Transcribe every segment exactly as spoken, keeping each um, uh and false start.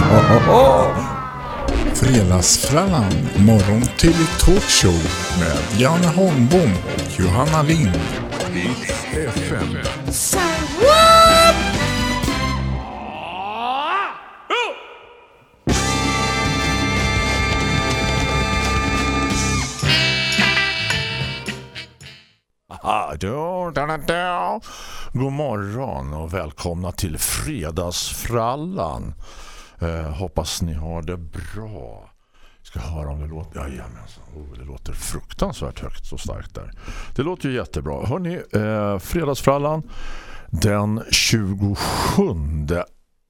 Fredagsfrallan, morgon till talkshow med Janne Holmbom och Johanna Lind. F M. God morgon och välkomna till Fredagsfrallan. Eh, hoppas ni har det bra. Ska höra om det låter. Jajamensan. Oh, det låter fruktansvärt högt så starkt där. Det låter ju jättebra. Hörrni, eh, Fredagsfrallan den tjugosjunde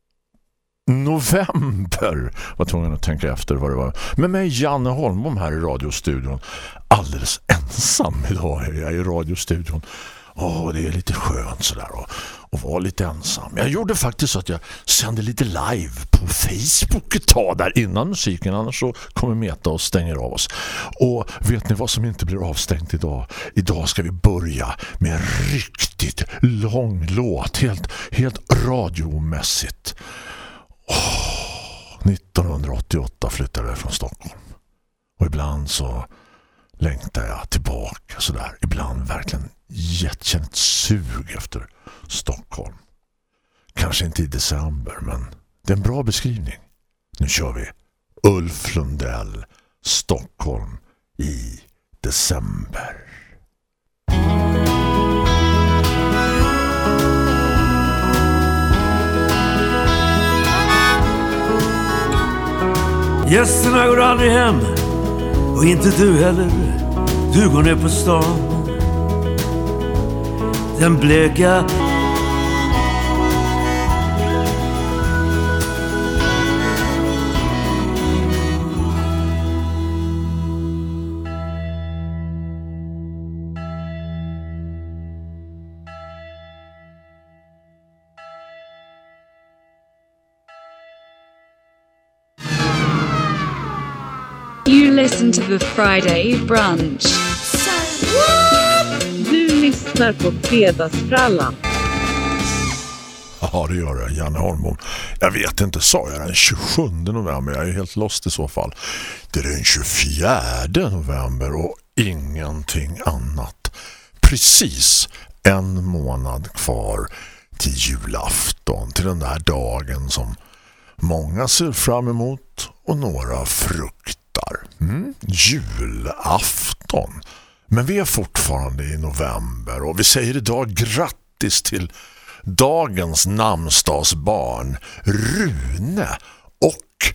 november. Var tvungen att tänka efter vad det var. Med mig Janne Holmbom här i radiostudion. Alldeles ensam idag är jag i radiostudion. Åh, det är lite skönt sådär och, och vara lite ensam. Jag gjorde faktiskt så att jag sände lite live på Facebook ett tag där innan musiken. Annars så kommer Meta och stänger av oss. Och vet ni vad som inte blir avstängt idag? Idag ska vi börja med en riktigt lång låt. Helt, helt radiomässigt. Åh, nittonhundraåttioåtta flyttade jag från Stockholm. Och ibland så längtar jag tillbaka sådär. Ibland verkligen jättekänt sug efter Stockholm. Kanske inte i december, men det är en bra beskrivning. Nu kör vi Ulf Lundell, Stockholm i december. Gästerna går aldrig hem, och inte du heller. Du går ner på stan. Den bleka You listen to the Friday brunch. Du lyssnar på Fredagsfrallan. Ja, det gör jag, Janne Holmbom. Jag vet inte, sa jag den tjugosjunde november? Jag är helt lost i så fall. Det är den tjugofjärde november och ingenting annat. Precis en månad kvar till julafton. Till den där dagen som många ser fram emot och några fruktar. Mm, julafton. Men vi är fortfarande i november och vi säger idag grattis till dagens namnsdagsbarn Rune och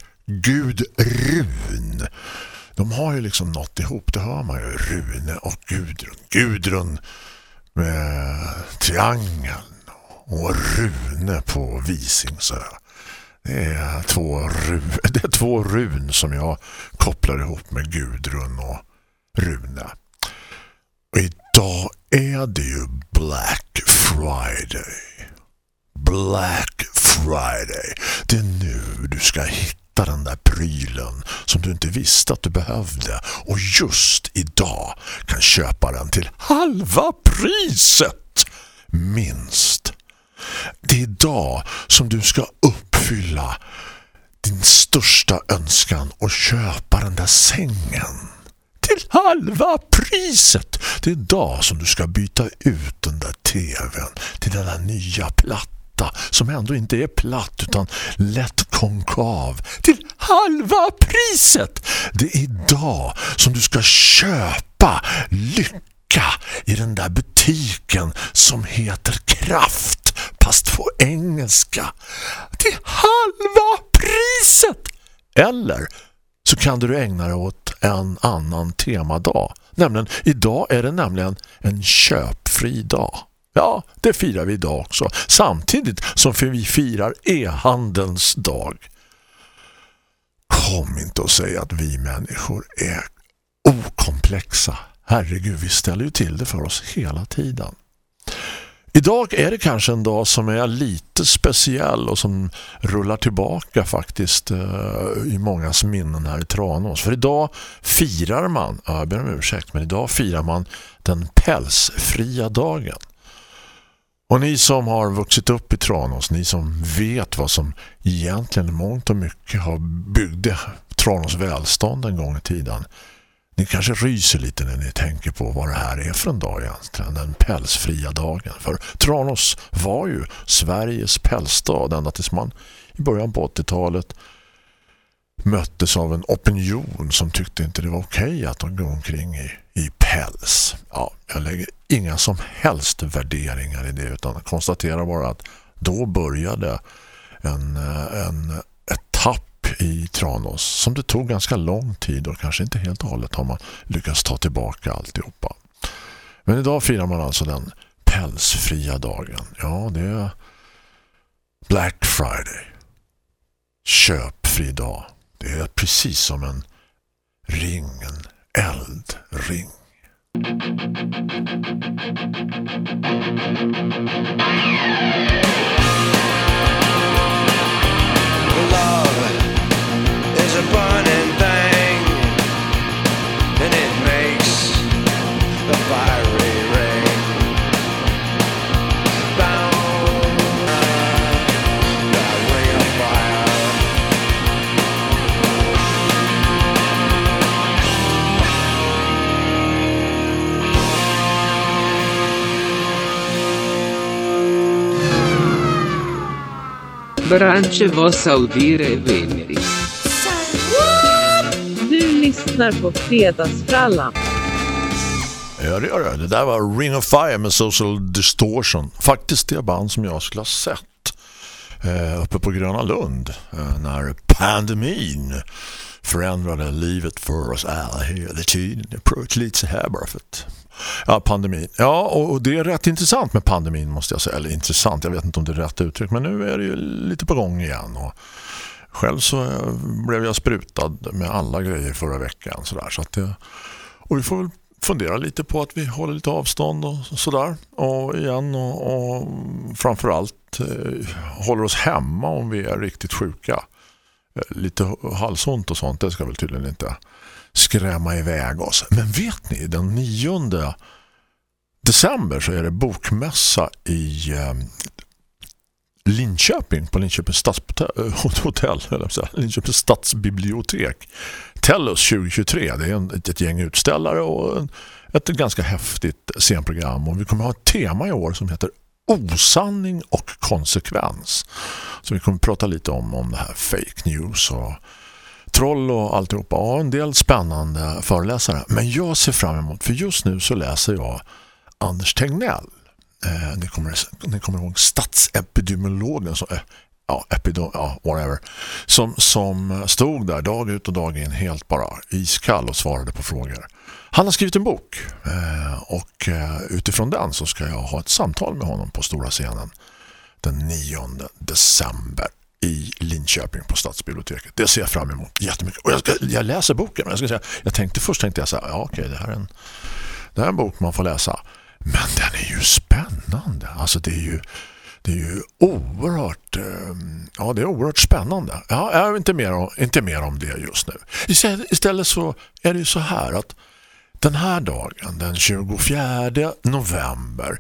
Gudrun. De har ju liksom nått ihop, det hör man ju, Rune och Gudrun. Gudrun med triangeln och Rune på Visingsö. Det är två run, det är två run som jag kopplar ihop med Gudrun och Rune. Och idag är det ju Black Friday. Black Friday. Det är nu du ska hitta den där prylen som du inte visste att du behövde. Och just idag kan köpa den till halva priset. Minst. Det är idag som du ska uppfylla din största önskan och köpa den där sängen. Till halva priset. Det är idag som du ska byta ut den där tvn till den där nya platta som ändå inte är platt utan lätt konkav. Till halva priset. Det är idag som du ska köpa lycka i den där butiken som heter Kraft, fast på engelska. Till halva priset. Eller så kan du ägna dig åt en annan temadag. Nämligen, idag är det nämligen en köpfri dag. Ja, det firar vi idag också. Samtidigt som vi firar e-handelns dag. Kom inte och säg att vi människor är okomplexa. Herregud, vi ställer ju till det för oss hela tiden. Idag är det kanske en dag som är lite speciell och som rullar tillbaka faktiskt eh, i mångas minnen här i Tranås. För idag firar man, ja, jag ber om ursäkt, men idag firar man den pälsfria dagen. Och ni som har vuxit upp i Tranås, ni som vet vad som egentligen mångt och mycket har byggde Tranås välstånd en gång i tiden. Ni kanske ryser lite när ni tänker på vad det här är för en dag egentligen, den pälsfria dagen. För Tranås var ju Sveriges pälsstad ända tills man i början på åttiotalet möttes av en opinion som tyckte inte det var okej att de gå omkring i, i päls. Ja, jag lägger inga som helst värderingar i det, utan konstaterar bara att då började en, en etapp i Tranås som det tog ganska lång tid och kanske inte helt och hållet har man lyckats ta tillbaka alltihopa. Men idag firar man alltså den pälsfria dagen. Ja, det är Black Friday. Köpfri dag. Det är precis som en ring, en eldring. Love is a burning thing, and it makes the fiery ring. Bound that ring of fire. Branche was audire veneri. Du lyssnar på Fredagsfrallan. Ja, det gör det. Det där var Ring of Fire med Social Distortion. Faktiskt det band som jag skulle ha sett eh, uppe på Gröna Lund eh, när pandemin förändrade livet för oss alla hela tiden. Jag prövar lite så här bara för att... Ja, pandemin. Ja, och det är rätt intressant med pandemin måste jag säga. Eller intressant, jag vet inte om det är rätt uttryck. Men nu är det ju lite på gång igen. Och själv så blev jag sprutad med alla grejer förra veckan. Sådär, så att det, och vi får väl fundera lite på att vi håller lite avstånd och sådär. Och igen och, och framförallt eh, håller oss hemma om vi är riktigt sjuka. Lite halsont och sånt, det ska väl tydligen inte skrämma iväg oss. Men vet ni, den nionde december så är det bokmässa i eh, Linköping på Linköpings stadshotell, eller Linköpings stadsbibliotek. Tellus tjugo tjugotre, det är en, ett gäng utställare och en, ett ganska häftigt scenprogram. Och vi kommer ha ett tema i år som heter osanning och konsekvens. Så vi kommer prata lite om, om det här fake news och troll och alltihopa. Ja, en del spännande föreläsare. Men jag ser fram emot, för just nu så läser jag Anders Tegnell. Eh, ni, kommer, ni kommer ihåg statsepidemiologen som, eh, ja, epidem, ja, whatever, som, som stod där dag ut och dag in helt bara iskall och svarade på frågor. Han har skrivit en bok eh, och eh, utifrån den så ska jag ha ett samtal med honom på stora scenen den nionde december i Linköping på Stadsbiblioteket. Det ser jag fram emot jättemycket. Och jag, ska, jag läser boken, men jag ska säga, jag tänkte först tänkte jag så här, ja okej, det här är en det här är en bok man får läsa. Men den är ju spännande. Alltså det är ju det är ju oerhört ja, det är oerhört spännande. Ja, jag är inte mer om, inte mer om det just nu. Istället så är det ju så här att den här dagen, den tjugofjärde november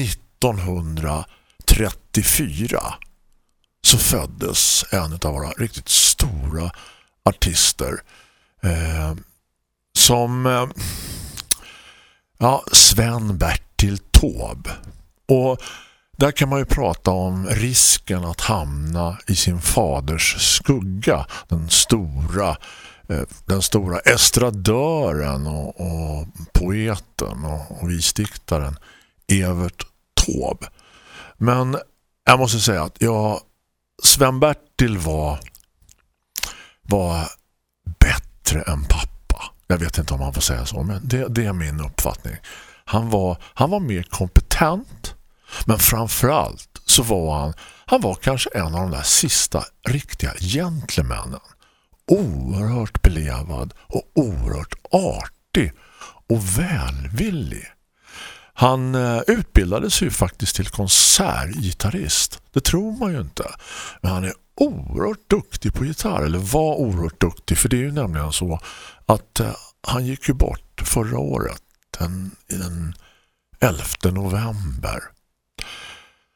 nittonhundratrettiofyra, så föddes en av våra riktigt stora artister eh, som eh, ja, Sven-Bertil Taube. Och där kan man ju prata om risken att hamna i sin faders skugga, den stora eh, den stora estradören och, och poeten och, och visdiktaren Evert Taube. Men jag måste säga att jag Sven-Bertil var var bättre än pappa. Jag vet inte om man får säga så, men det, det är min uppfattning. Han var, han var mer kompetent, men framförallt så var han han var kanske en av de där sista riktiga gentlemännen. Oerhört belevad och oerhört artig och välvillig. Han eh, utbildades ju faktiskt till konsertgitarrist. Det tror man ju inte. Men han är oerhört duktig på gitarr. Eller var oerhört duktig. För det är ju nämligen så att eh, han gick ju bort förra året. Den, den elfte november.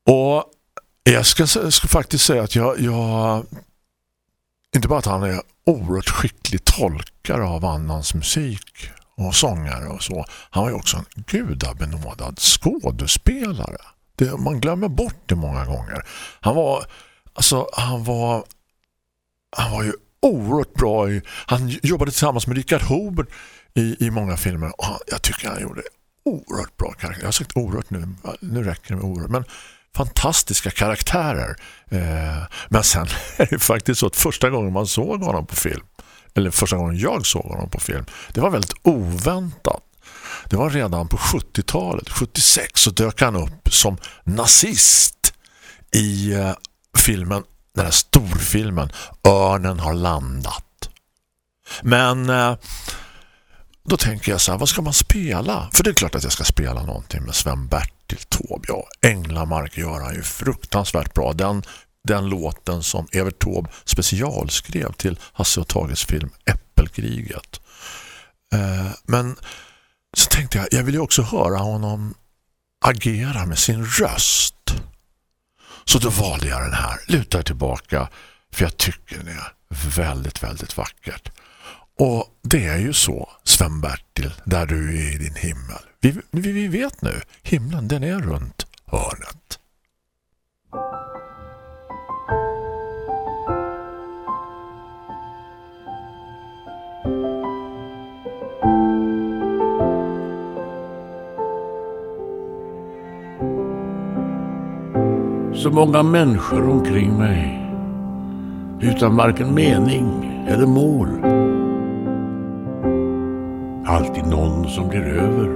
Och jag ska, ska faktiskt säga att jag, jag inte bara att han är oerhört skicklig tolkare av annans musik och sångare och så. Han var ju också en gudabenådad skådespelare. Det, man glömmer bort det många gånger. Han var alltså han var han var ju oerhört bra i, han jobbade tillsammans med Richard Hobert i, i många filmer och han, jag tycker han gjorde oerhört bra karaktär. Jag har sagt oerhört nu, nu räcker det med oerhört, men fantastiska karaktärer. Eh, men sen är det faktiskt så att första gången man såg honom på film, eller första gången jag såg honom på film, det var väldigt oväntat. Det var redan på sjuttiotalet, sjuttiosex, så dök han upp som nazist i eh, filmen, den här storfilmen Örnen har landat. Men eh, då tänker jag så här, vad ska man spela? För det är klart att jag ska spela någonting med Sven-Bertil Taube. Ja, Änglamark gör han ju fruktansvärt bra. Den, den låten som Evert Taube specialskrev till Hasse och Tages film Äppelkriget. Eh, men så tänkte jag, jag vill ju också höra honom agera med sin röst. Så då valde jag den här, lutar tillbaka, för jag tycker den är väldigt, väldigt vackert. Och det är ju så, Sven-Bertil, där du är i din himmel. Vi, vi, vi vet nu, himlen den är runt hörnet. Så många människor omkring mig, utan varken mening eller mål. Alltid någon som blir över.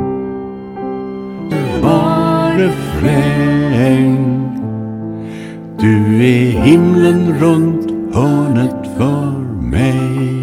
Var refräng. Du är himlen runt hörnet för mig.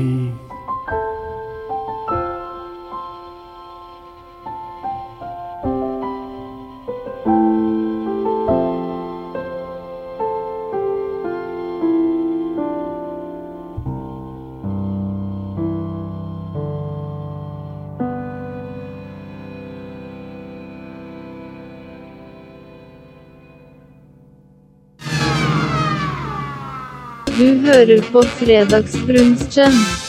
Du hører på Fredagsbrunchen.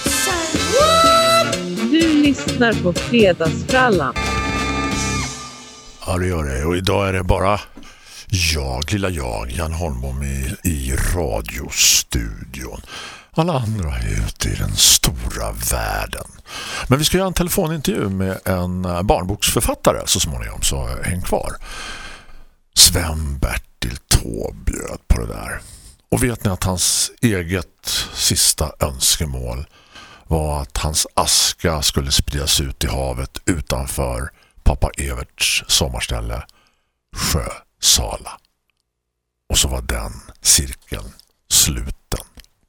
Du lyssnar på Fredagsfrallan. Ja, det gör det. Och idag är det bara jag, lilla jag, Jan Holmbom i, i radiostudion. Alla andra är ute i den stora världen. Men vi ska göra en telefonintervju med en barnboksförfattare så småningom, så häng kvar. Sven-Bertil Taube bjöd på det där. Och vet ni att hans eget sista önskemål var att hans aska skulle spridas ut i havet utanför pappa Everts sommarställe Sjösala. Och så var den cirkeln sluten.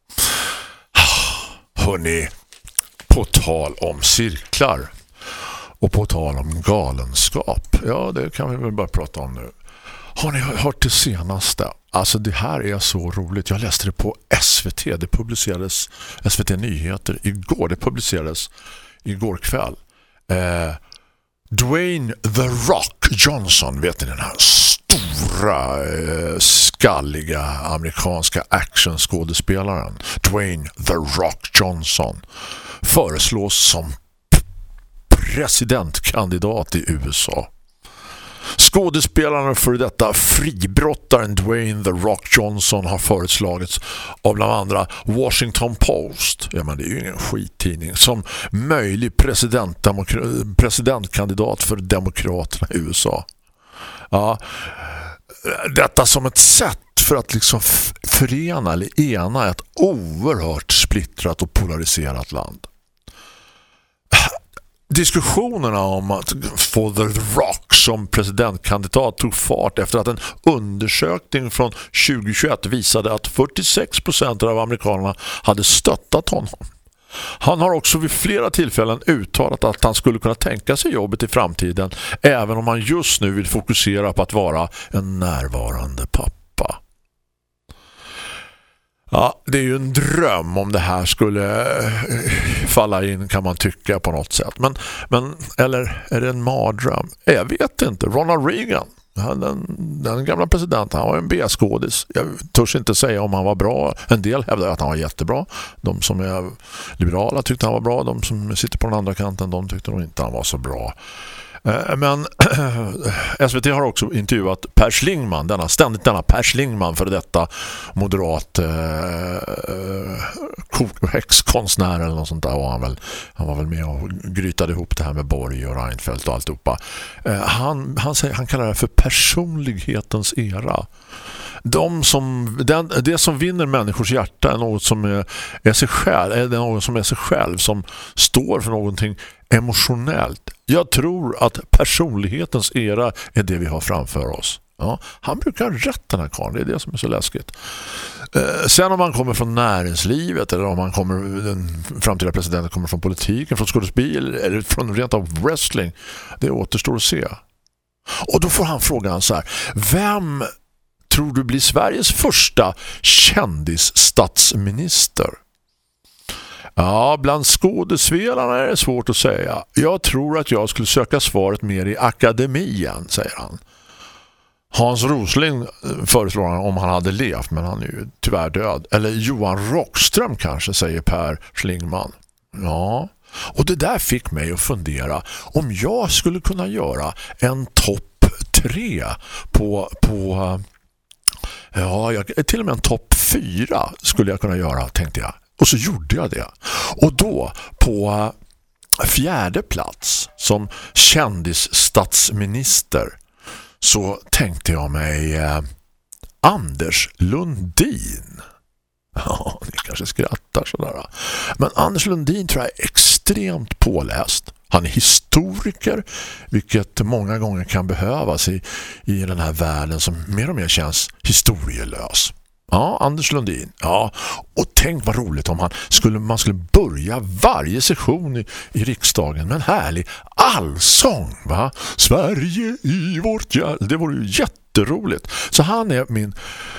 Hörrni, på tal om cirklar och på tal om galenskap, ja, det kan vi väl bara prata om nu. Har ni hört det senaste? Alltså det här är så roligt. Jag läste det på S V T. Det publicerades S V T Nyheter igår. Det publicerades igår kväll. Eh, Dwayne The Rock Johnson, vet ni, den här stora eh, skalliga amerikanska actionskådespelaren Dwayne The Rock Johnson föreslås som presidentkandidat i U S A. Skådespelaren för detta fribrottaren Dwayne The Rock Johnson har föreslagits av bland andra Washington Post, ja men det är ju ingen skittidning, som möjlig presidentkandidat för demokraterna i U S A. Ja, detta som ett sätt för att liksom förena eller ena ett oerhört splittrat och polariserat land. Diskussionerna om att få The Rock som presidentkandidat tog fart efter att en undersökning från tjugohundratjugoett visade att fyrtiosex procent av amerikanerna hade stöttat honom. Han har också vid flera tillfällen uttalat att han skulle kunna tänka sig jobbet i framtiden, även om han just nu vill fokusera på att vara en närvarande pappa. Ja, det är ju en dröm om det här skulle falla in, kan man tycka på något sätt. Men, men eller är det en mardröm? Jag vet inte. Ronald Reagan, Han, den, den gamla presidenten, han var en B-skådis. Jag törs inte säga om han var bra. En del hävdar att han var jättebra. De som är liberala tyckte han var bra. De som sitter på den andra kanten, de tyckte nog inte han var så bra. Men S V T har också intervjuat Per Schlingmann, denna, ständigt denna Per Schlingmann, för detta moderat eh, häxkonstnär eller något sånt där. Och han, väl, han var väl med och grytade ihop det här med Borg och Reinfeldt och alltihopa. Eh, han, han, säger, han kallar det för personlighetens era. De som, den, det som vinner människors hjärta är något som är, är sig själv, är det något som är sig själv, som står för någonting emotionellt. Jag tror att personlighetens era är det vi har framför oss. Ja, han brukar ha rätt, den här karln. Det är det som är så läskigt. Eh, sen om man kommer från näringslivet eller om man kommer, den framtida presidenten kommer från politiken, från skådespel eller från rent av wrestling, det återstår att se. Och då får han frågan så här: vem tror du blir Sveriges första kändisstatsminister? Ja, bland skådespelarna är det svårt att säga. Jag tror att jag skulle söka svaret mer i akademien, säger han. Hans Rosling föreslår han om han hade levt, men han är ju tyvärr död. Eller Johan Rockström kanske, säger Per Schlingmann. Ja, och det där fick mig att fundera om jag skulle kunna göra en topp tre på... på ja, jag, till och med en topp fyra skulle jag kunna göra, tänkte jag. Och så gjorde jag det. Och då på fjärde plats som kändisstatsminister så tänkte jag mig eh, Anders Lundin. Ja, ni kanske skrattar sådär. Men Anders Lundin tror jag är extremt påläst. Han är historiker, vilket många gånger kan behövas i, i den här världen som mer och mer känns historielös. Ja, Anders Lundin. Ja, och tänk vad roligt om han skulle, man skulle börja varje session i, i riksdagen med en härlig allsång, va? Sverige i vårt hjärta. Det vore ju jätteroligt. Så han är min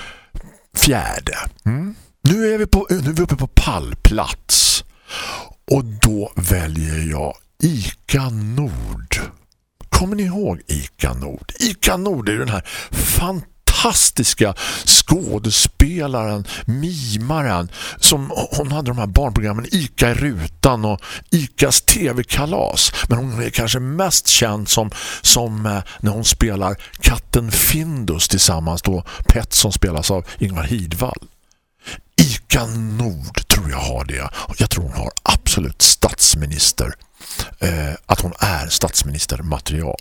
fjärde. Mm. Nu är vi på, nu är vi uppe på pallplats. Och då väljer jag Ica Nord. Kommer ni ihåg Ica Nord? Ica Nord är den här fantastiska skådespelaren, mimaren, som hon hade de här barnprogrammen Ica i rutan och Icas tv-kalas. Men hon är kanske mest känd som, som eh, när hon spelar katten Findus tillsammans då Pet som spelas av Ingvar Hidvall. Ica Nord tror jag har det. Jag tror hon har absolut statsminister. Eh, att hon är statsministermaterial.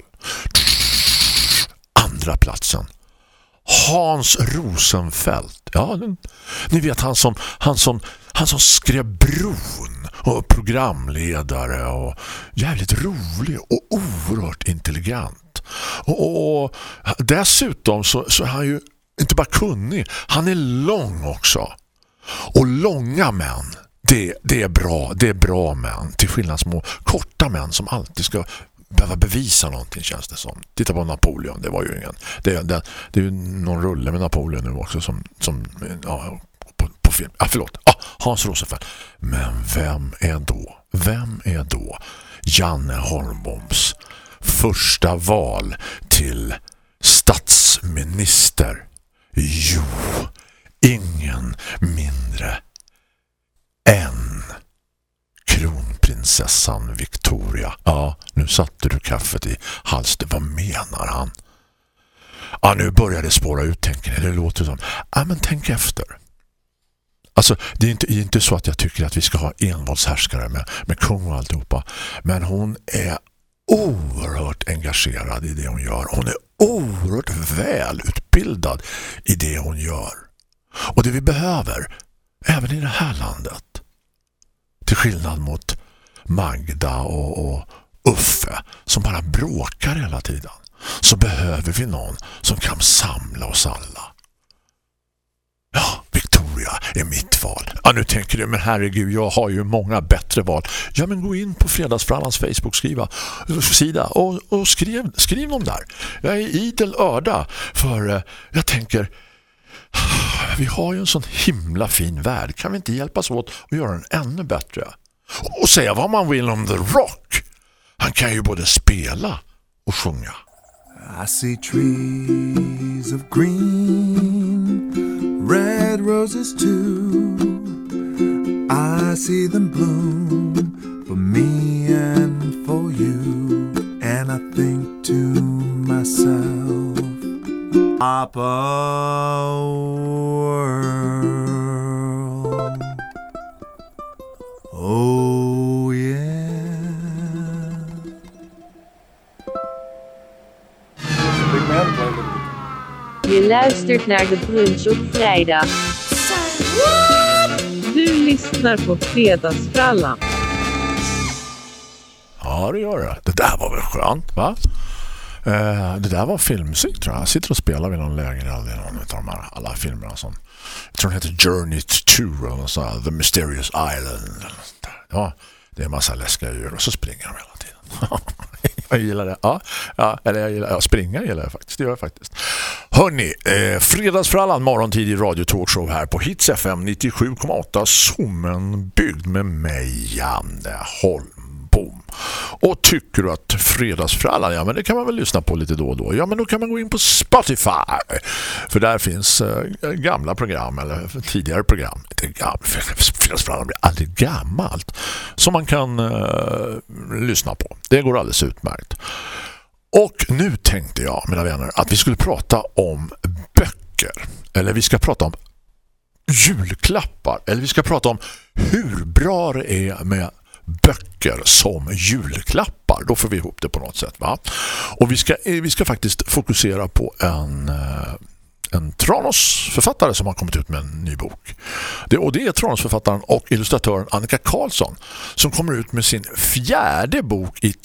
Andra platsen. Hans Rosenfeldt. Ja, den, ni vet han som, han som, han som skrev Bron och programledare och jävligt rolig och oerhört intelligent. Och, och dessutom så, så är han ju inte bara kunnig, han är lång också. Och långa män, det, det är bra, det är bra män, till skillnad små korta män som alltid ska behöva bevisa någonting, känns det som. Titta på Napoleon, det var ju ingen. Det, det, det är ju någon rulle med Napoleon nu också som, som ja, på, på film. Ja, förlåt. Ah, Hans Rosenfeldt. Men vem är då? Vem är då Janne Holmboms första val till statsminister? Jo, ingen mindre än kronprinsessan Victoria. Ja, nu satte du kaffet i halsen. Vad menar han? Ja, nu börjar det spåra ut, tänker ni. Det låter som, ja men tänk efter. Alltså, det är inte, det är inte så att jag tycker att vi ska ha envåldshärskare med, med kung och alltihopa. Men hon är oerhört engagerad i det hon gör. Hon är oerhört välutbildad i det hon gör. Och det vi behöver, även i det här landet, till skillnad mot Magda och, och Uffe som bara bråkar hela tiden, så behöver vi någon som kan samla oss alla. Ja, Victoria är mitt val. Ja, nu tänker du, men herregud, jag har ju många bättre val. Ja, men gå in på Fredagsfrallans Facebook-sida och, och skriv, skriv dem där. Jag är idel örda, för eh, jag tänker, vi har ju en sån himla fin värld. Kan vi inte hjälpas åt att göra den ännu bättre? Och säga vad man vill om The Rock. Han kan ju både spela och sjunga. I see trees of green, red roses too. I see them bloom for me and for you. And I think to myself, up a world. Oh yeah. Je luistert naar de brunch op vrijdag. Du lyssnar på Fredagsfrallan. Ja, det gör det. Det där var väl skönt, va? Eh, det där var filmmusik, tror jag. Jag sitter och spelar vid någon läger eller någon av de här alla filmerna som, jag tror den heter Journey to eller så här, The Mysterious Island. Ja, det är en massa läskiga djur och så springer de hela tiden. Jag gillar det. Ja, ja, eller jag gillar, ja, springa gillar jag faktiskt. Det gör jag faktiskt. Hörrni, eh, Fredagsfrallan, morgontidig radiotalkshow här på Hits F M nittiosju komma åtta, Sommen byggd med mig, Janne Holmbom. Och tycker du att Fredagsfrallan, ja men det kan man väl lyssna på lite då och då. Ja men då kan man gå in på Spotify. För där finns eh, gamla program eller tidigare program. Fredagsfrallan blir aldrig gammalt. Som man kan eh, lyssna på. Det går alldeles utmärkt. Och nu tänkte jag, mina vänner, att vi skulle prata om böcker. Eller vi ska prata om julklappar. Eller vi ska prata om hur bra det är med böcker som julklappar. Då får vi ihop det på något sätt, va? Och vi ska, vi ska faktiskt fokusera på en, en Tranås-författare som har kommit ut med en ny bok. Det, och det är Tranås-författaren och illustratören Annika Karlsson som kommer ut med sin fjärde bok i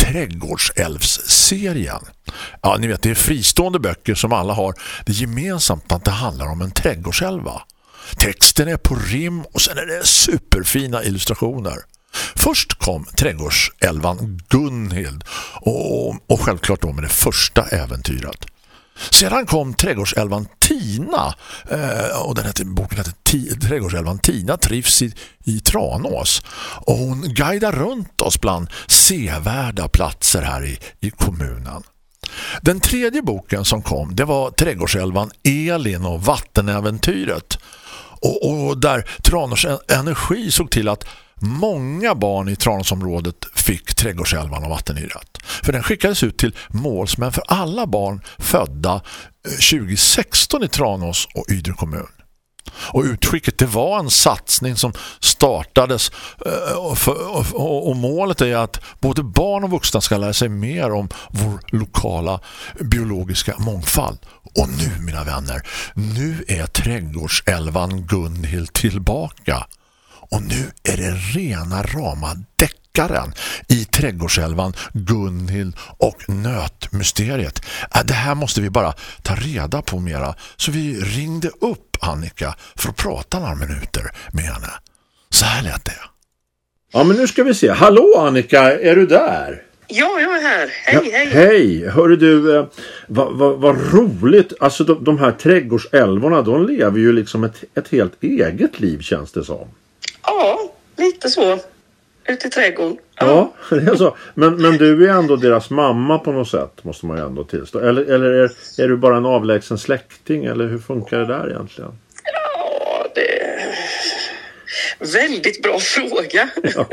Trädgårdsälvsserien. Ja, ni vet, det är fristående böcker som alla har det gemensamt att det handlar om en trädgårdsälva. Texten är på rim och sen är det superfina illustrationer. Först kom Trädgårdsälvan Gunhild och, och självklart då med det första äventyret. Sedan kom Trädgårdsälvan Tina eh, och den heter, boken heter T- Trädgårdsälvan Tina trivs i, i Tranås och hon guidar runt oss bland sevärda platser här i, i kommunen. Den tredje boken som kom, det var Trädgårdsälvan Elin och vattenäventyret och, och där Tranås Energi såg till att många barn i Tranåsområdet fick Trädgårdsälvan och vattenyret. För den skickades ut till målsmän för alla barn födda tjugo sexton i Tranås och Ydre kommun. Och utskicket, det var en satsning som startades och, för, och, och målet är att både barn och vuxna ska lära sig mer om vår lokala biologiska mångfald. Och nu, mina vänner, nu är Trädgårdsälvan Gunhild tillbaka. Och nu är det rena rama deckaren i Trädgårdsälvan Gunhild och nötmysteriet. Det här måste vi bara ta reda på mera. Så vi ringde upp Annika för att prata några minuter med henne. Så här lät det. Ja, men nu ska vi se. Hallå Annika, är du där? Ja, jag är här. Hej, ja, hej. Hej, hörru du, eh, vad va, va roligt. Alltså de, de här trädgårdsälvorna, de lever ju liksom ett, ett helt eget liv, känns det som. Ja, lite så. Ute i trädgården. Ja, ja det är så. Men, men du är ändå deras mamma på något sätt, måste man ju ändå tillstå. Eller, eller är, är du bara en avlägsen släkting, eller hur funkar det där egentligen? Ja, det är väldigt bra fråga. Ja.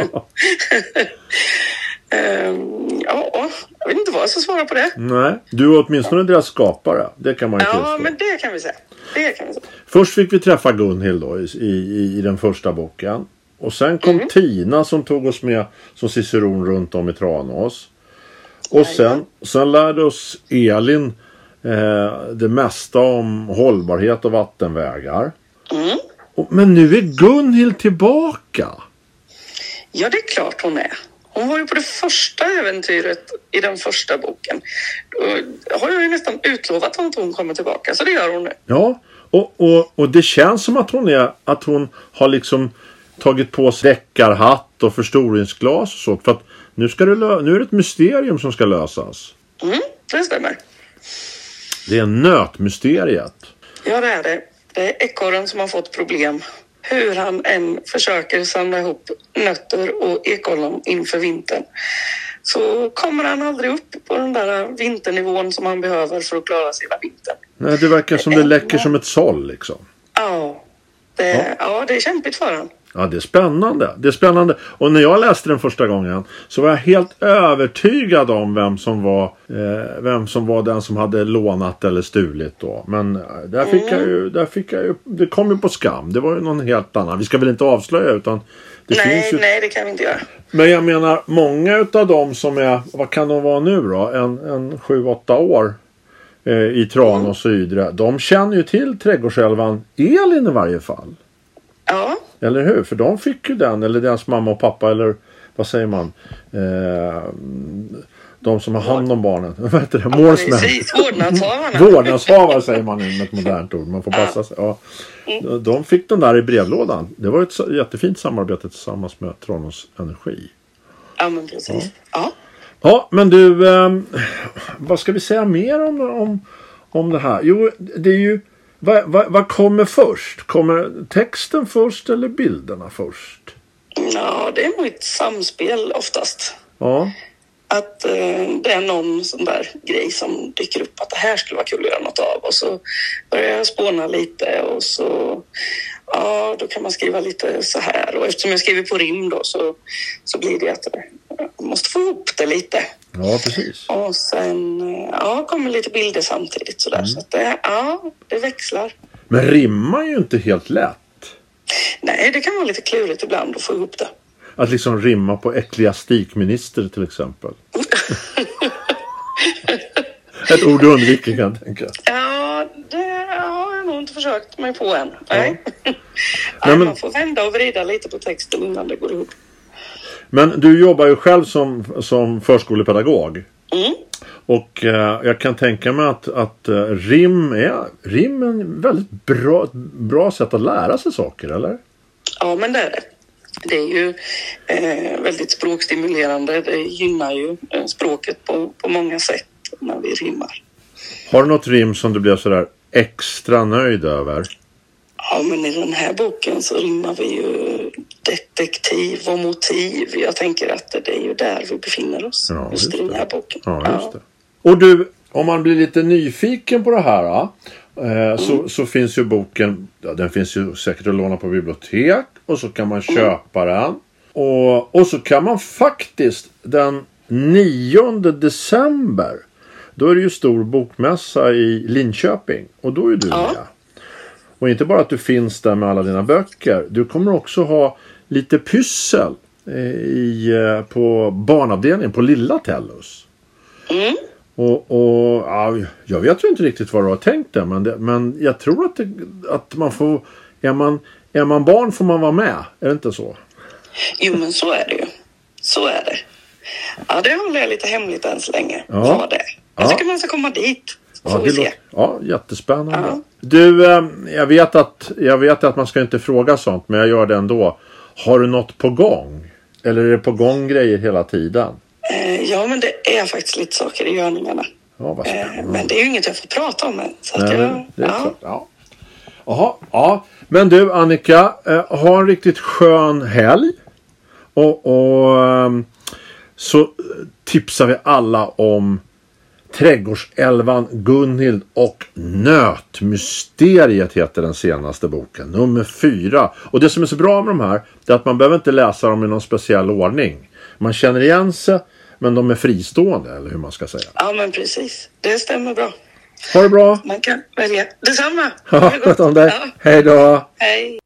um, ja, jag vet inte vad jag ska svara på det. Nej, du är åtminstone deras skapare. Det kan man ju tillstå. Ja, men det kan vi säga. Det kan vi säga. Först fick vi träffa Gunhild då, i, i, i den första boken. Och sen kom mm. Tina som tog oss med som ciceron runt om i Tranås. Och sen, sen lärde oss Elin eh, det mesta om hållbarhet och vattenvägar. Mm. Och, men nu är Gunhild tillbaka. Ja, det är klart hon är. Hon var ju på det första äventyret i den första boken. Då har jag ju nästan utlovat att hon kommer tillbaka, så det gör hon nu. Ja, och, och, och det känns som att hon är att hon har liksom tagit på sig deckarhatt och förstoringsglas och så. För att nu, ska det lö- nu är det ett mysterium som ska lösas. Mm, det stämmer. Det är nötmysteriet. Ja, det är det. Det är ekorren som har fått problem. Hur han än försöker samla ihop nötter och ekollon inför vintern så kommer han aldrig upp på den där vinternivån som han behöver för att klara sig hela vintern. Nej, det verkar som det läcker som ett såll liksom. Ja, det, ja. ja, det är kämpigt för han. Ja, det är spännande. Det är spännande. Och när jag läste den första gången så var jag helt övertygad om vem som var eh, vem som var den som hade lånat eller stulit då. Men där fick mm. jag ju, där fick jag ju, det kom ju på skam. Det var ju någon helt annan. Vi ska väl inte avslöja utan det nej, finns ju... nej, det kan vi inte göra. Men jag menar, många utav dem som är, vad kan de vara nu då? En, en sju, åtta år eh, i Tranås och Ydre. De känner ju till Trädgårdsälvan Elin i varje fall. Ja. Eller hur? För de fick ju den, eller deras mamma och pappa, eller vad säger man? Eh, de som har hand om barnen. Vad heter det? Målsmän. Precis, vårdnadshavarna. Vårdnadshavare säger man med ett modernt ord. Man får passa sig. Ja. Mm. De fick den där i brevlådan. Det var ett jättefint samarbete tillsammans med Tranås Energi. Ja, men precis. Ja. Ja, men du, eh, vad ska vi säga mer om, om, om det här? Jo, det är ju, vad, vad, vad kommer först? Kommer texten först eller bilderna först? Ja, det är nog ett samspel oftast. Ja. Att eh, det är någon sån där grej som dyker upp att det här skulle vara kul att göra något av. Och så börjar jag spåna lite och så, ja, då kan man skriva lite så här. Och eftersom jag skriver på rim då så, så blir det att jag måste få ihop det lite. Ja, precis. Och sen, ja, kommer lite bilder samtidigt sådär. Mm. Så att det, ja, det växlar. Men rimmar ju inte helt lätt. Nej, det kan vara lite klurigt ibland att få ihop det. Att liksom rimma på ekliastikminister till exempel. Ett ord du undviker kan jag tänka. Ja, det har jag nog inte försökt mig på än. Nej. Ja. Nej, men... men... Man får vända och vrida lite på texten innan det går ihop. Men du jobbar ju själv som, som förskolepedagog. Mm. Och eh, jag kan tänka mig att, att eh, rim är rim är en väldigt bra, bra sätt att lära sig saker, eller? Ja, men det är det. Det är ju eh, väldigt språkstimulerande. Det gynnar ju eh, språket på, på många sätt när vi rimmar. Har du något rim som du blev sådär extra nöjd över? Ja, men i den här boken så rimmar vi ju detektiv och motiv. Jag tänker att det är ju där vi befinner oss ja, just i den här boken. Ja, just det. Och du, om man blir lite nyfiken på det här eh, så, mm. så finns ju boken, ja, den finns ju säkert att låna på bibliotek och så kan man köpa mm. den. Och, och så kan man faktiskt den nionde december, då är det ju stor bokmässa i Linköping och då är du ja. med. Och inte bara att du finns där med alla dina böcker. Du kommer också ha lite pyssel i, på barnavdelningen på Lilla Tellus. Mm. Och, och ja, jag vet ju inte riktigt vad du har tänkt där. Men, det, men jag tror att, det, att man får... Är man, är man barn får man vara med. Är det inte så? Jo, men så är det ju. Så är det. Ja, det håller jag lite hemligt än så länge. Ja. Vad det. Jag Ja. tycker man ska komma dit. Så Ja, får vi det se. låter, ja, jättespännande. Ja. Du, eh, jag, vet att, jag vet att man ska inte fråga sånt, men jag gör det ändå. Har du något på gång? Eller är det på gång grejer hela tiden? Eh, ja, men det är faktiskt lite saker i görningarna. Ja, vad Eh, spännande. men det är ju inget jag får prata om än. Så att Nej, jag, men det är ja. klart. Ja. Jaha, ja. Men du, Annika, eh, ha en riktigt skön helg. Och, och ehm, så tipsar vi alla om Trädgårdsälvan Gunhild och Nötmysteriet heter den senaste boken. Nummer fyra. Och det som är så bra med de här är att man behöver inte läsa dem i någon speciell ordning. Man känner igen sig, men de är fristående, eller hur man ska säga. Ja, men precis. Det stämmer bra. Ha det bra. Man kan välja. Detsamma. Ja, Ha det gott. om det. Ja. Hej då. Hej.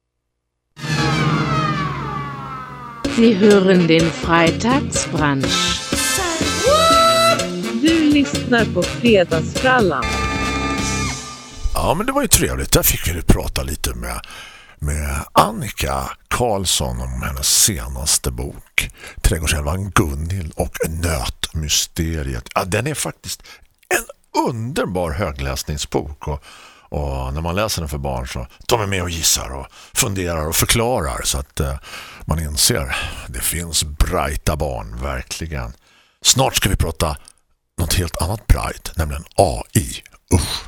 Sie hören den Freitagsbrunch. Du lyssnar på Fredagsfrallan. Ja, men det var ju trevligt. Där fick vi prata lite med, med Annika Karlsson om hennes senaste bok. Trädgårdsälvan Gunhild och Nötmysteriet. Ja, den är faktiskt en underbar högläsningsbok. Och, och när man läser den för barn så de är med och gissar och funderar och förklarar. Så att eh, man inser det finns brighta barn, verkligen. Snart ska vi prata något helt annat bright, nämligen A I. Usch.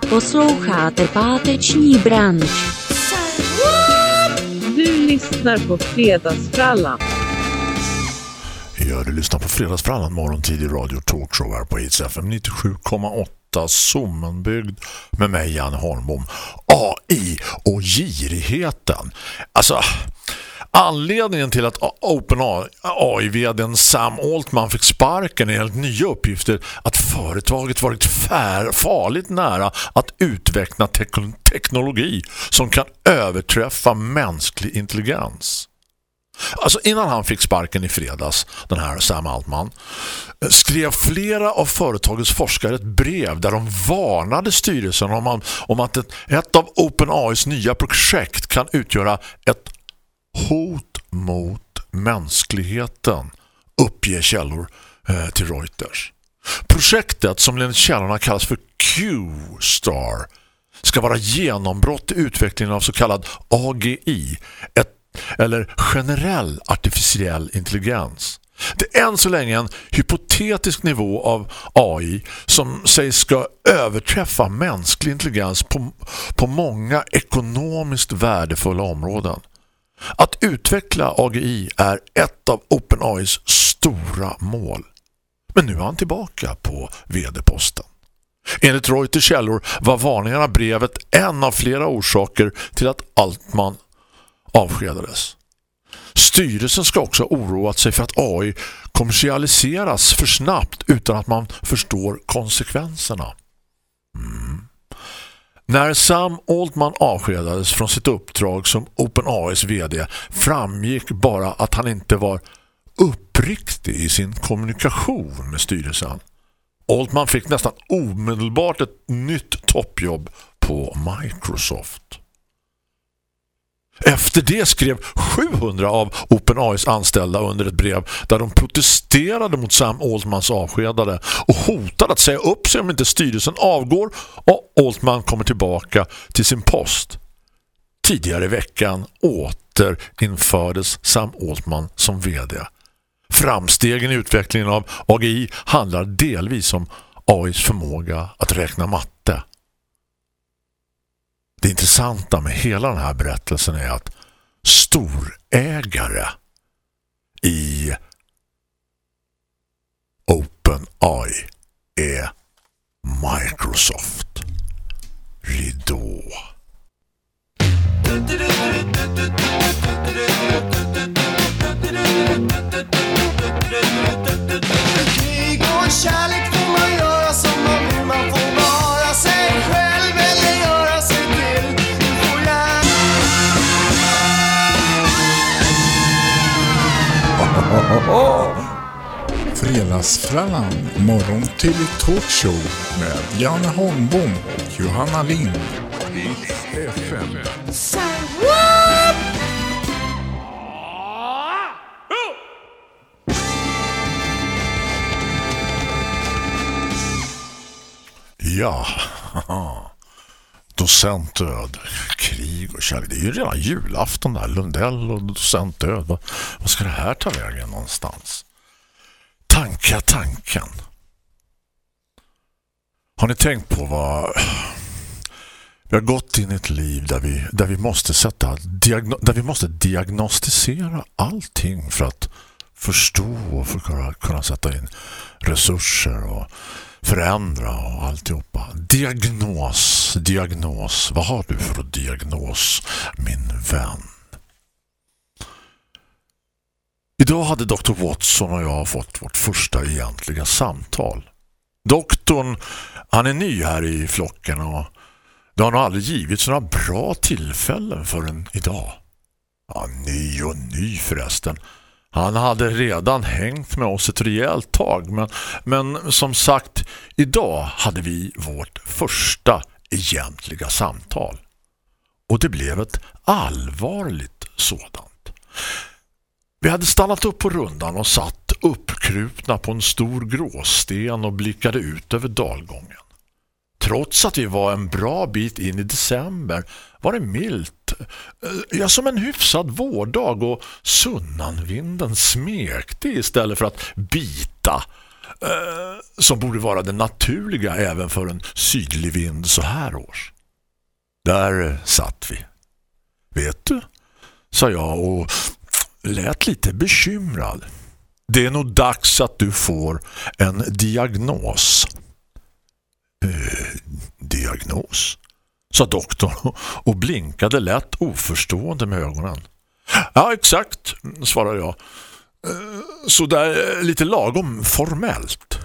Posloucháte páteční brunch. Du lyssnar på Fredagsfrallan. Ja, du lyssnar på Fredagsfrallan, morgontid i radio talkshow här på Hits F M nittiosju komma åtta, Sommenbygd med mig, Janne Holmbom. A I och girigheten. Alltså, anledningen till att OpenAI-vdn Sam Altman fick sparken är enligt nya uppgifter att företaget varit fär, farligt nära att utveckla te- teknologi som kan överträffa mänsklig intelligens. Alltså innan han fick sparken i fredags, den här Sam Altman, skrev flera av företagets forskare ett brev där de varnade styrelsen om, om att ett, ett av OpenAIs nya projekt kan utgöra ett hot mot mänskligheten, uppger källor eh, till Reuters. Projektet, som enligt källorna kallas för Q-Star, ska vara genombrott i utvecklingen av så kallad A G I, ett eller generell artificiell intelligens. Det är än så länge en hypotetisk nivå av A I som sägs ska överträffa mänsklig intelligens på, på många ekonomiskt värdefulla områden. Att utveckla A G I är ett av OpenAIs stora mål. Men nu är han tillbaka på vd-posten. Enligt Reuters källor var varningarna brevet en av flera orsaker till att Altman avskedades. Styrelsen ska också ha oroat sig för att A I kommersialiseras för snabbt utan att man förstår konsekvenserna. Mm. När Sam Altman avskedades från sitt uppdrag som OpenAIs vd framgick bara att han inte var uppriktig i sin kommunikation med styrelsen. Altman fick nästan omedelbart ett nytt toppjobb på Microsoft. Efter det skrev sjuhundra av OpenAIs anställda under ett brev där de protesterade mot Sam Altmans avskedade och hotade att säga upp sig om inte styrelsen avgår och Altman kommer tillbaka till sin post. Tidigare i veckan återinfördes Sam Altman som vd. Framstegen i utvecklingen av A G I handlar delvis om A Is förmåga att räkna matte. Det intressanta med hela den här berättelsen är att storägare i OpenAI är Microsoft. Ridå. Krig och kärlek får man göra som man vill. Man får vara sig själv eller göra sig till. Du får gärna. Fredagsfrallan, morgon till talkshow med Janne Holmbom och Johanna Lind. F M. Ja, docentdöd, krig och kärlek. Det är ju redan julafton där, Lundell och docentdöd. Vad, vad ska det här ta vägen någonstans? Tanka tanken. Har ni tänkt på vad... Vi har gått in i ett liv där vi, där vi måste sätta diagno- där vi måste diagnostisera allting för att förstå och för att kunna, kunna sätta in resurser och förändra och alltihopa. Diagnos, diagnos. Vad har du för diagnos, min vän? Idag hade doktor Watson och jag fått vårt första egentliga samtal. Doktorn, han är ny här i flocken och det har nog aldrig givit sådana bra tillfällen förrän idag. Ja, ny och ny förresten. Han hade redan hängt med oss ett rejält tag, men, men som sagt, idag hade vi vårt första egentliga samtal. Och det blev ett allvarligt sådant. Vi hade stannat upp på rundan och satt uppkrupna på en stor gråsten och blickade ut över dalgången. Trots att vi var en bra bit in i december var det milt, ja, som en hyfsad vårdag, och sunnanvinden smekte istället för att bita Eh, som borde vara det naturliga även för en sydlig vind så här års. Där satt vi. Vet du, sa jag och lät lite bekymrad. Det är nog dags att du får en diagnos. Eh, diagnos? Sa doktorn och blinkade lätt oförstående med ögonen. Ja, exakt, svarade jag. Så där lite lagom formellt.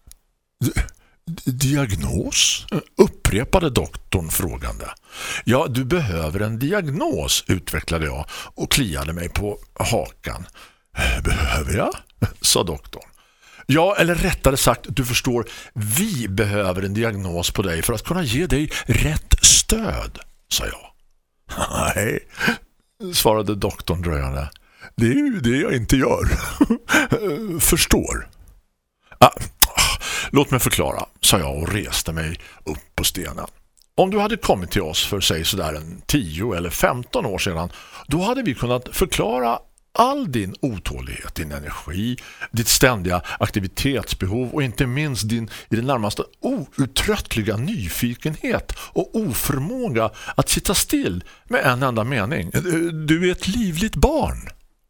Diagnos? Upprepade doktorn frågande. Ja, du behöver en diagnos, utvecklade jag och kliade mig på hakan. Behöver jag? Sa doktorn. Ja, eller rättare sagt, du förstår, vi behöver en diagnos på dig för att kunna ge dig rätt stöd, sa jag. Nej, svarade doktorn dröjande. Det är ju det jag inte gör. Förstår. Ah, låt mig förklara, sa jag och reste mig upp på stenen. Om du hade kommit till oss för sig sådär en tio eller femton år sedan, då hade vi kunnat förklara all din otålighet, din energi, ditt ständiga aktivitetsbehov och inte minst din i det närmaste outtröttliga nyfikenhet och oförmåga att sitta still med en enda mening. Du är ett livligt barn.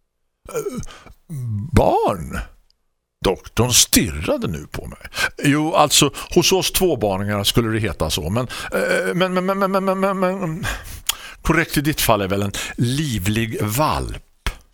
Barn? Doktorn stirrade nu på mig. Jo, alltså hos oss tvåbarningar skulle det heta så, men men men men men men, men, men korrekt i ditt fall är väl en livlig valp.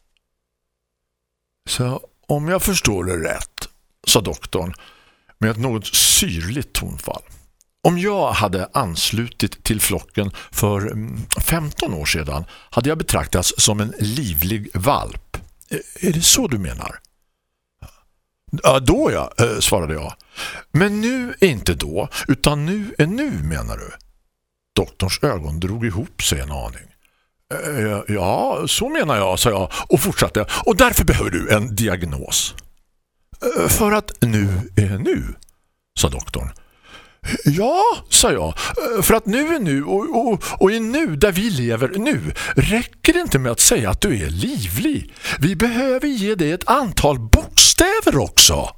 Så om jag förstår det rätt, sa doktorn med ett något syrligt tonfall. Om jag hade anslutit till flocken för femton år sedan hade jag betraktats som en livlig valp. Är det så du menar? Ja, då ja, svarade jag. Men nu är inte då, utan nu är nu, menar du? Doktorns ögon drog ihop sig en aning. Ja, så menar jag, sa jag och fortsatte. Och därför behöver du en diagnos. För att nu är nu, sa doktorn. Ja, sa jag, för att nu är nu och, och, och i nu där vi lever nu räcker det inte med att säga att du är livlig. Vi behöver ge dig ett antal bokstäver också.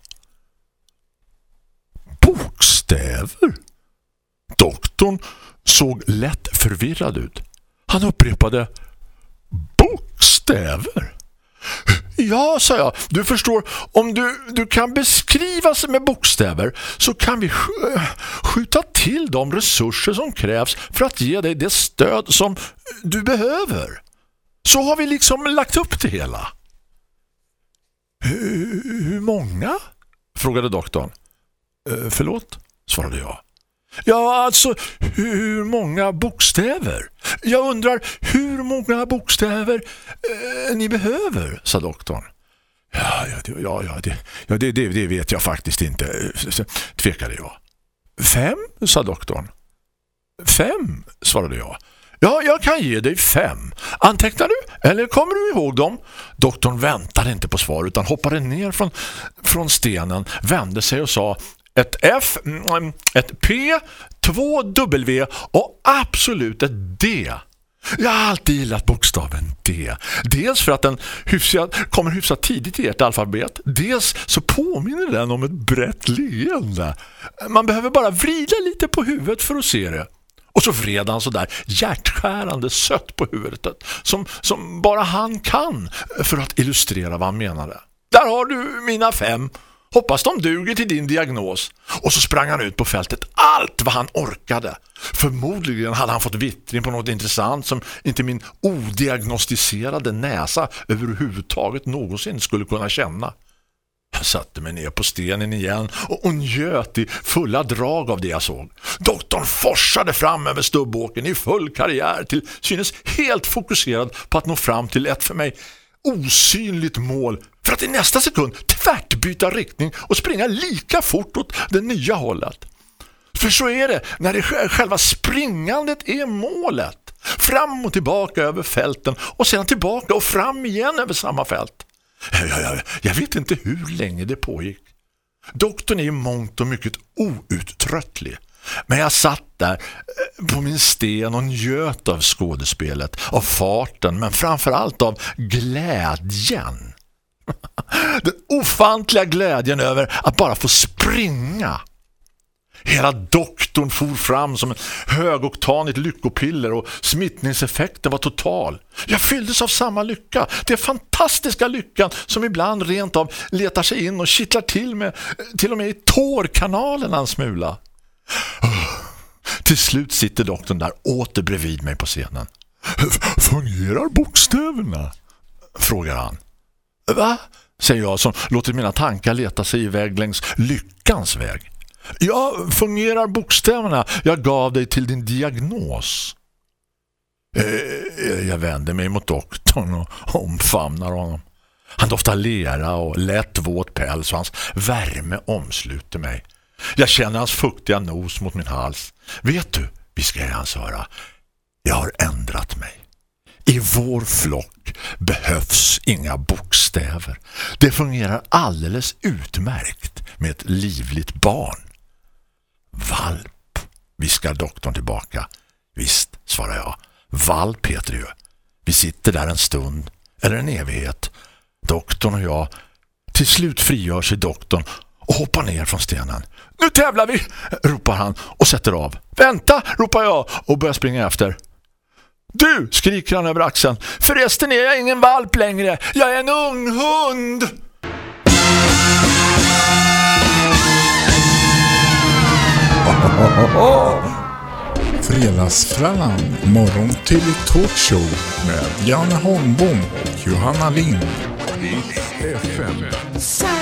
Bokstäver? Doktorn såg lätt förvirrad ut. Han upprepade bokstäver. Ja, sa jag. Du förstår, om du, du kan beskrivas med bokstäver så kan vi sk- skjuta till de resurser som krävs för att ge dig det stöd som du behöver. Så har vi liksom lagt upp det hela. Hur, hur många? Frågade doktorn. E, förlåt, svarade jag. Ja, alltså hur många bokstäver? Jag undrar hur många bokstäver eh, ni behöver, sa doktorn. Ja, ja, det, ja, ja, det, ja det, det, det vet jag faktiskt inte, tvekade jag. Fem, sa doktorn. Fem, svarade jag. Ja, jag kan ge dig fem. Antecknar du? Eller kommer du ihåg dem? Doktorn väntade inte på svar utan hoppade ner från, från stenen, vände sig och sa ett F, ett P, två W och absolut ett D. Jag har alltid gillat bokstaven D. Dels för att den hyfsat, kommer hyfsat tidigt i ert alfabet. Dels så påminner den om ett brett leende. Man behöver bara vrida lite på huvudet för att se det. Och så vred han så där hjärtskärande sött på huvudet som, som bara han kan för att illustrera vad han menade. Där har du mina fem. Hoppas de duger till din diagnos. Och så sprang han ut på fältet allt vad han orkade. Förmodligen hade han fått vittring på något intressant som inte min odiagnostiserade näsa överhuvudtaget någonsin skulle kunna känna. Jag satte mig ner på stenen igen och njöt i fulla drag av det jag såg. Doktorn forsade fram över stubbåken i full karriär till synes helt fokuserad på att nå fram till ett för mig osynligt mål för att i nästa sekund tvärt byta riktning och springa lika fort åt det nya hållet. För så är det när det själva springandet är målet. Fram och tillbaka över fälten och sedan tillbaka och fram igen över samma fält. Jag, jag, jag vet inte hur länge det pågick. Doktorn är i mångt och mycket outtröttlig. Men jag satt där på min sten och njöt av skådespelet, av farten, men framförallt av glädjen. Den ofantliga glädjen över att bara få springa. Hela doktorn for fram som en högoktanigt lyckopiller och smittningseffekten var total. Jag fylldes av samma lycka. Det är fantastiska lyckan som ibland rent av letar sig in och kittlar till med till och med i tårkanalen en smula. Till slut sitter doktorn där åter bredvid mig på scenen. Fungerar bokstäverna? Frågar han. Va? Säger jag som låter mina tankar leta sig iväg längs lyckans väg. Ja, fungerar bokstäverna? Jag gav dig till din diagnos. Jag vänder mig mot doktorn och omfamnar honom. Han doftar lera och lätt våt päls och hans värme omsluter mig. Jag känner hans fuktiga nos mot min hals. Vet du, viskar jag hans öra, jag har ändrat mig. I vår flock behövs inga bokstäver. Det fungerar alldeles utmärkt med ett livligt barn. Valp, viskar doktorn tillbaka. Visst, svarar jag. Valp heter ju. Vi sitter där en stund, eller en evighet. Doktorn och jag. Till slut frigör sig doktorn och hoppar ner från stenen. Nu tävlar vi, ropar han och sätter av. Vänta, ropar jag och börjar springa efter. Du, skriker han över axeln. Förresten är jag ingen valp längre. Jag är en ung hund. Fredagsfrallan, morgon till talkshow med Janne Holmbom och Johanna Lind. F M.